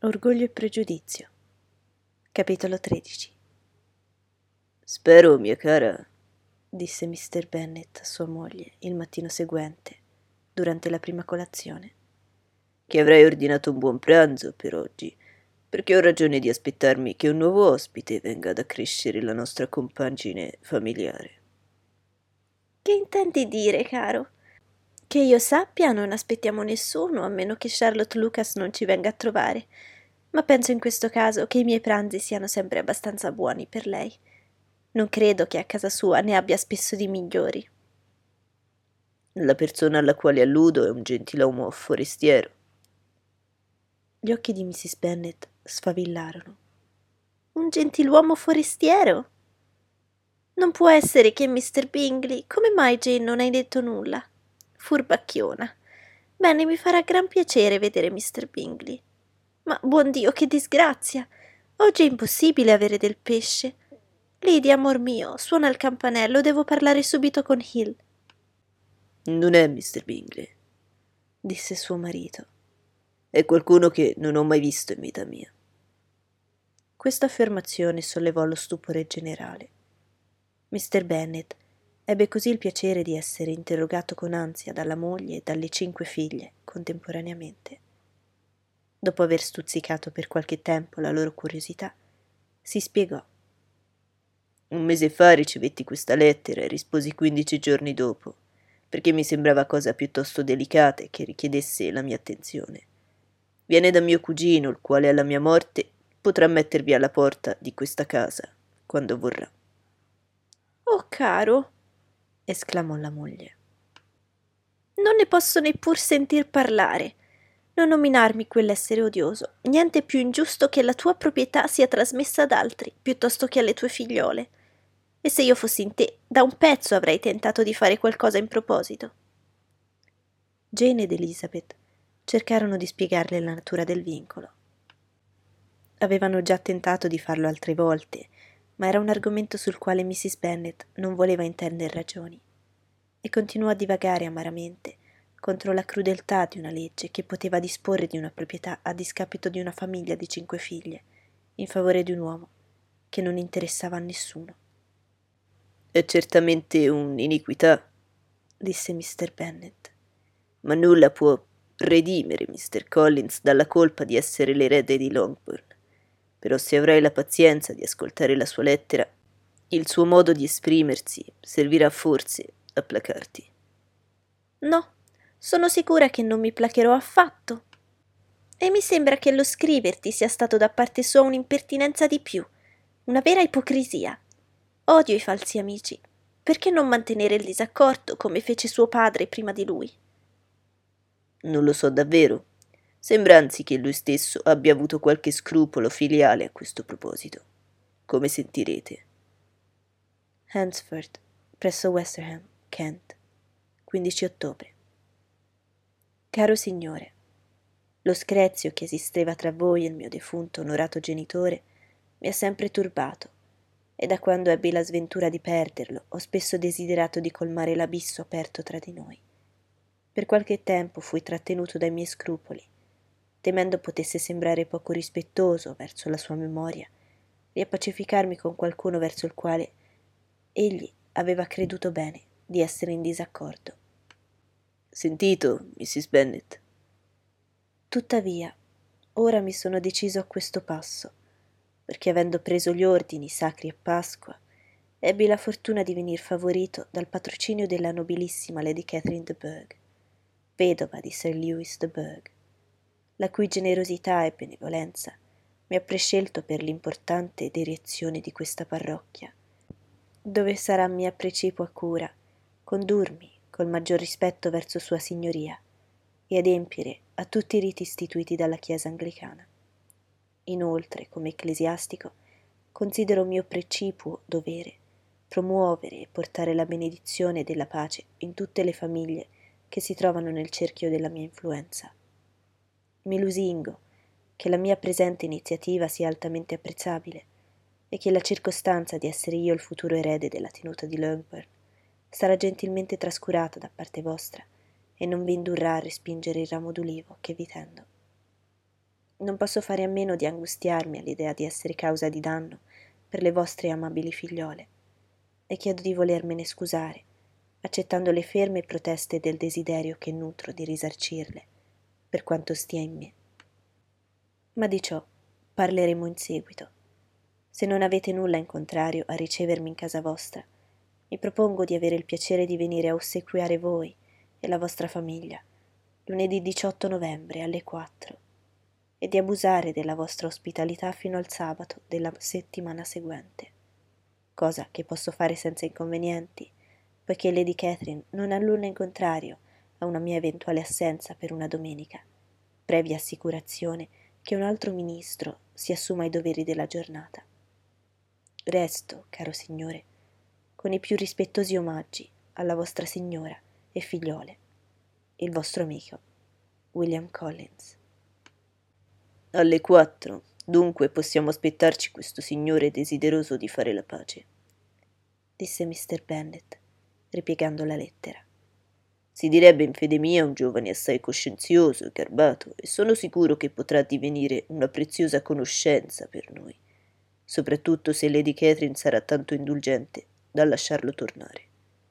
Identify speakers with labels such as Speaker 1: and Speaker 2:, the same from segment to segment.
Speaker 1: Orgoglio e pregiudizio. Capitolo 13.
Speaker 2: Spero, mia cara,
Speaker 1: disse Mr. Bennet a sua moglie il mattino seguente, durante la prima colazione,
Speaker 2: che avrai ordinato un buon pranzo per oggi, perché ho ragione di aspettarmi che un nuovo ospite venga ad accrescere la nostra compagine familiare.
Speaker 1: Che intendi dire, caro? Che io sappia, non aspettiamo nessuno, a meno che Charlotte Lucas non ci venga a trovare. Ma penso in questo caso che i miei pranzi siano sempre abbastanza buoni per lei. Non credo che a casa sua ne abbia spesso di migliori.
Speaker 2: La persona alla quale alludo è un gentiluomo forestiero.
Speaker 1: Gli occhi di Mrs. Bennet sfavillarono. Un gentiluomo forestiero? Non può essere che Mr. Bingley. Come mai, Jane, non hai detto nulla? Furbacchiona. Bene, mi farà gran piacere vedere Mr. Bingley. Ma, buon Dio, che disgrazia! Oggi è impossibile avere del pesce. Lady, amor mio, suona il campanello, devo parlare subito con Hill.
Speaker 2: Non è Mr. Bingley,
Speaker 1: disse suo marito.
Speaker 2: È qualcuno che non ho mai visto in vita mia.
Speaker 1: Questa affermazione sollevò lo stupore generale. Mr. Bennet ebbe così il piacere di essere interrogato con ansia dalla moglie e dalle 5 figlie contemporaneamente. Dopo aver stuzzicato per qualche tempo la loro curiosità, si spiegò.
Speaker 2: Un mese fa ricevetti questa lettera e risposi 15 giorni dopo, perché mi sembrava cosa piuttosto delicata e che richiedesse la mia attenzione. Viene da mio cugino, il quale alla mia morte potrà mettervi alla porta di questa casa, quando vorrà.
Speaker 1: Oh, caro, esclamò la moglie. Non ne posso neppur sentir parlare. Non nominarmi quell'essere odioso. Niente più ingiusto che la tua proprietà sia trasmessa ad altri, piuttosto che alle tue figliole. E se io fossi in te, da un pezzo avrei tentato di fare qualcosa in proposito. Jane ed Elizabeth cercarono di spiegarle la natura del vincolo. Avevano già tentato di farlo altre volte, ma era un argomento sul quale Mrs. Bennet non voleva intender ragioni, e continuò a divagare amaramente contro la crudeltà di una legge che poteva disporre di una proprietà a discapito di una famiglia di 5 figlie, in favore di un uomo che non interessava a nessuno.
Speaker 2: È certamente un'iniquità,
Speaker 1: disse Mr. Bennet.
Speaker 2: ma nulla può redimere Mr. Collins dalla colpa di essere l'erede di Longbourn. Però se avrai la pazienza di ascoltare la sua lettera, il suo modo di esprimersi servirà forse a placarti.
Speaker 1: No, sono sicura che non mi placherò affatto. E mi sembra che lo scriverti sia stato da parte sua un'impertinenza di più, una vera ipocrisia. Odio i falsi amici. Perché non mantenere il disaccordo come fece suo padre prima di lui?
Speaker 2: Non lo so davvero. Sembra anzi che lui stesso abbia avuto qualche scrupolo filiale a questo proposito. Come sentirete.
Speaker 1: Hansford, presso Westerham, Kent, 15 ottobre. Caro signore, lo screzio che esisteva tra voi e il mio defunto onorato genitore mi ha sempre turbato, e da quando ebbi la sventura di perderlo ho spesso desiderato di colmare l'abisso aperto tra di noi. Per qualche tempo fui trattenuto dai miei scrupoli, temendo potesse sembrare poco rispettoso verso la sua memoria, riappacificarmi con qualcuno verso il quale egli aveva creduto bene di essere in disaccordo.
Speaker 2: Sentito, Mrs. Bennet?
Speaker 1: Tuttavia, ora mi sono deciso a questo passo, perché avendo preso gli ordini sacri a Pasqua, ebbi la fortuna di venir favorito dal patrocinio della nobilissima Lady Catherine de Bourgh, vedova di Sir Lewis de Bourgh, la cui generosità e benevolenza mi ha prescelto per l'importante direzione di questa parrocchia, dove sarà mia precipua cura condurmi col maggior rispetto verso sua signoria e adempiere a tutti i riti istituiti dalla Chiesa anglicana. Inoltre, come ecclesiastico, considero mio precipuo dovere promuovere e portare la benedizione della pace in tutte le famiglie che si trovano nel cerchio della mia influenza. Mi lusingo che la mia presente iniziativa sia altamente apprezzabile e che la circostanza di essere io il futuro erede della tenuta di Longbourn sarà gentilmente trascurata da parte vostra e non vi indurrà a respingere il ramo d'ulivo che vi tendo. Non posso fare a meno di angustiarmi all'idea di essere causa di danno per le vostre amabili figliole, e chiedo di volermene scusare, accettando le ferme proteste del desiderio che nutro di risarcirle, per quanto stia in me. Ma di ciò parleremo in seguito. Se non avete nulla in contrario a ricevermi in casa vostra, mi propongo di avere il piacere di venire a ossequiare voi e la vostra famiglia lunedì 18 novembre alle 4 e di abusare della vostra ospitalità fino al sabato della settimana seguente, cosa che posso fare senza inconvenienti, poiché Lady Catherine non ha nulla in contrario a una mia eventuale assenza per una domenica, previa assicurazione che un altro ministro si assuma i doveri della giornata. Resto, caro signore, con i più rispettosi omaggi alla vostra signora e figliole, il vostro amico, William Collins.
Speaker 2: Alle 4, dunque possiamo aspettarci questo signore desideroso di fare la pace,
Speaker 1: disse Mr. Bennet, ripiegando la lettera.
Speaker 2: Si direbbe in fede mia un giovane assai coscienzioso e garbato, e sono sicuro che potrà divenire una preziosa conoscenza per noi, soprattutto se Lady Catherine sarà tanto indulgente da lasciarlo tornare.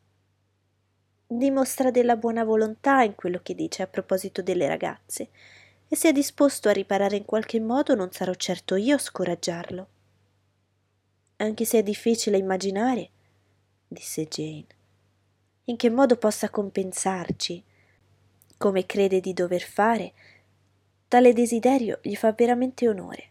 Speaker 1: Dimostra della buona volontà in quello che dice a proposito delle ragazze, e se è disposto a riparare in qualche modo non sarò certo io a scoraggiarlo. Anche se è difficile immaginare, disse Jane, in che modo possa compensarci, come crede di dover fare, tale desiderio gli fa veramente onore.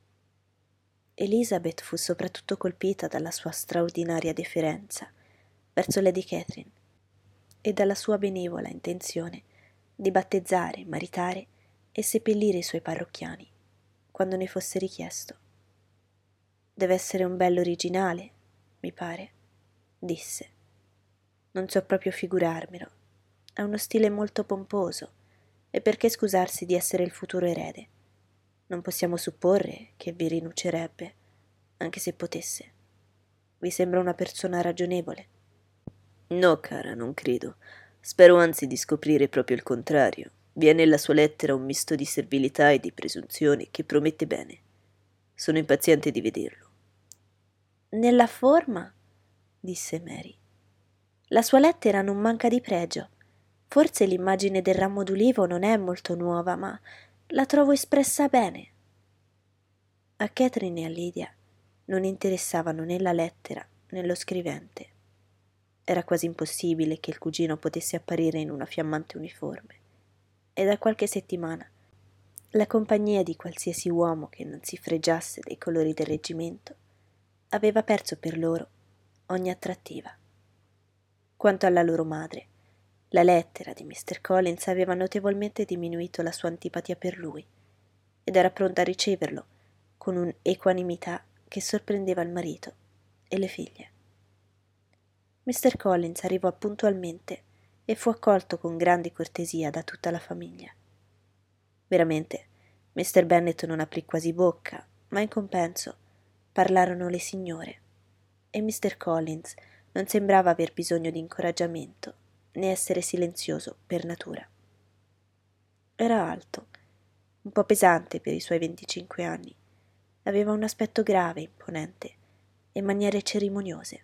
Speaker 1: Elizabeth fu soprattutto colpita dalla sua straordinaria deferenza verso Lady Catherine e dalla sua benevola intenzione di battezzare, maritare e seppellire i suoi parrocchiani, quando ne fosse richiesto. Deve essere un bello originale, mi pare, disse. Non so proprio figurarmelo. Ha uno stile molto pomposo, e perché scusarsi di essere il futuro erede? Non possiamo supporre che vi rinuncerebbe, anche se potesse. Vi sembra una persona ragionevole?
Speaker 2: No, cara, non credo. Spero anzi di scoprire proprio il contrario. Vi è nella sua lettera un misto di servilità e di presunzione che promette bene. Sono impaziente di vederlo.
Speaker 1: Nella forma, disse Mary. La sua lettera non manca di pregio. Forse l'immagine del ramo d'ulivo non è molto nuova, ma la trovo espressa bene. A Catherine e a Lydia non interessavano né la lettera né lo scrivente. Era quasi impossibile che il cugino potesse apparire in una fiammante uniforme, e da qualche settimana la compagnia di qualsiasi uomo che non si fregiasse dei colori del reggimento aveva perso per loro ogni attrattiva. Quanto alla loro madre, la lettera di Mr. Collins aveva notevolmente diminuito la sua antipatia per lui, ed era pronta a riceverlo con un'equanimità che sorprendeva il marito e le figlie. Mr. Collins arrivò puntualmente e fu accolto con grande cortesia da tutta la famiglia. Veramente, Mr. Bennet non aprì quasi bocca, ma in compenso parlarono le signore, e Mr. Collins non sembrava aver bisogno di incoraggiamento, né essere silenzioso per natura. Era alto, un po' pesante per i suoi 25 anni, aveva un aspetto grave, imponente, e maniere cerimoniose.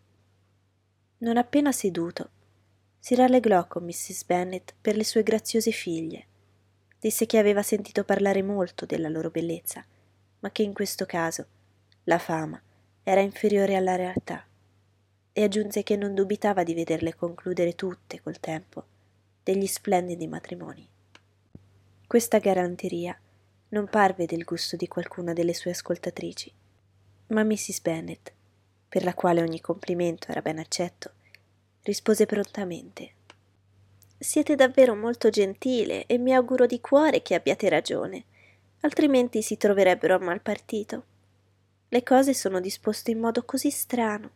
Speaker 1: Non appena seduto, si rallegrò con Mrs. Bennet per le sue graziose figlie. Disse che aveva sentito parlare molto della loro bellezza, ma che in questo caso la fama era inferiore alla realtà, e aggiunse che non dubitava di vederle concludere tutte col tempo degli splendidi matrimoni. Questa galanteria non parve del gusto di qualcuna delle sue ascoltatrici, ma Mrs. Bennet, per la quale ogni complimento era ben accetto, rispose prontamente: «Siete davvero molto gentile e mi auguro di cuore che abbiate ragione, altrimenti si troverebbero a mal partito. Le cose sono disposte in modo così strano».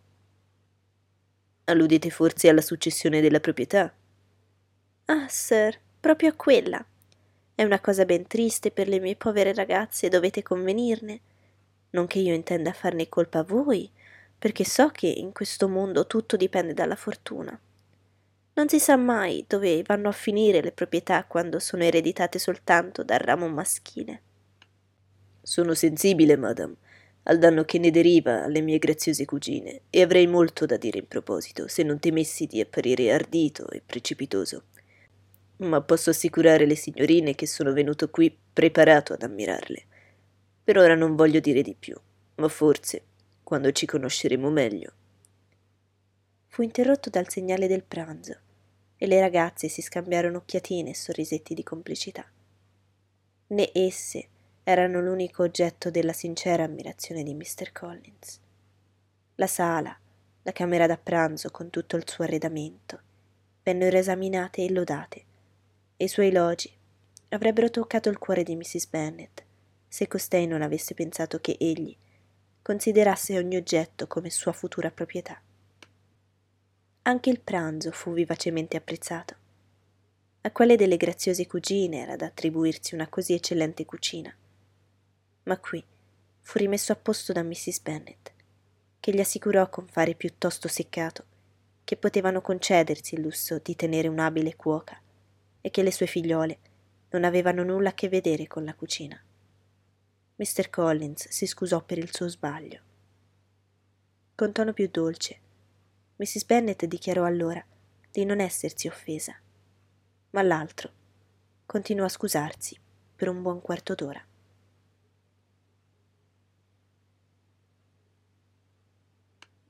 Speaker 2: Alludete forse alla successione della proprietà?
Speaker 1: «Ah, sir, proprio a quella. È una cosa ben triste per le mie povere ragazze, dovete convenirne. Non che io intenda farne colpa a voi, perché so che in questo mondo tutto dipende dalla fortuna. Non si sa mai dove vanno a finire le proprietà quando sono ereditate soltanto dal ramo maschile».
Speaker 2: Sono sensibile, madame, al danno che ne deriva alle mie graziose cugine, e avrei molto da dire in proposito, se non temessi di apparire ardito e precipitoso. Ma posso assicurare le signorine che sono venuto qui preparato ad ammirarle. Per ora non voglio dire di più, ma forse, quando ci conosceremo meglio.
Speaker 1: Fu interrotto dal segnale del pranzo e le ragazze si scambiarono occhiatine e sorrisetti di complicità. Né esse erano l'unico oggetto della sincera ammirazione di Mr. Collins. La sala, la camera da pranzo con tutto il suo arredamento, vennero esaminate e lodate, e i suoi elogi avrebbero toccato il cuore di Mrs. Bennet se costei non avesse pensato che egli considerasse ogni oggetto come sua futura proprietà. Anche il pranzo fu vivacemente apprezzato. A quale delle graziose cugine era da attribuirsi una così eccellente cucina? Ma qui fu rimesso a posto da Mrs. Bennet, che gli assicurò con fare piuttosto seccato che potevano concedersi il lusso di tenere un'abile cuoca e che le sue figliole non avevano nulla a che vedere con la cucina. Mr. Collins si scusò per il suo sbaglio. Con tono più dolce, Mrs. Bennet dichiarò allora di non essersi offesa, ma l'altro continuò a scusarsi per un buon quarto d'ora.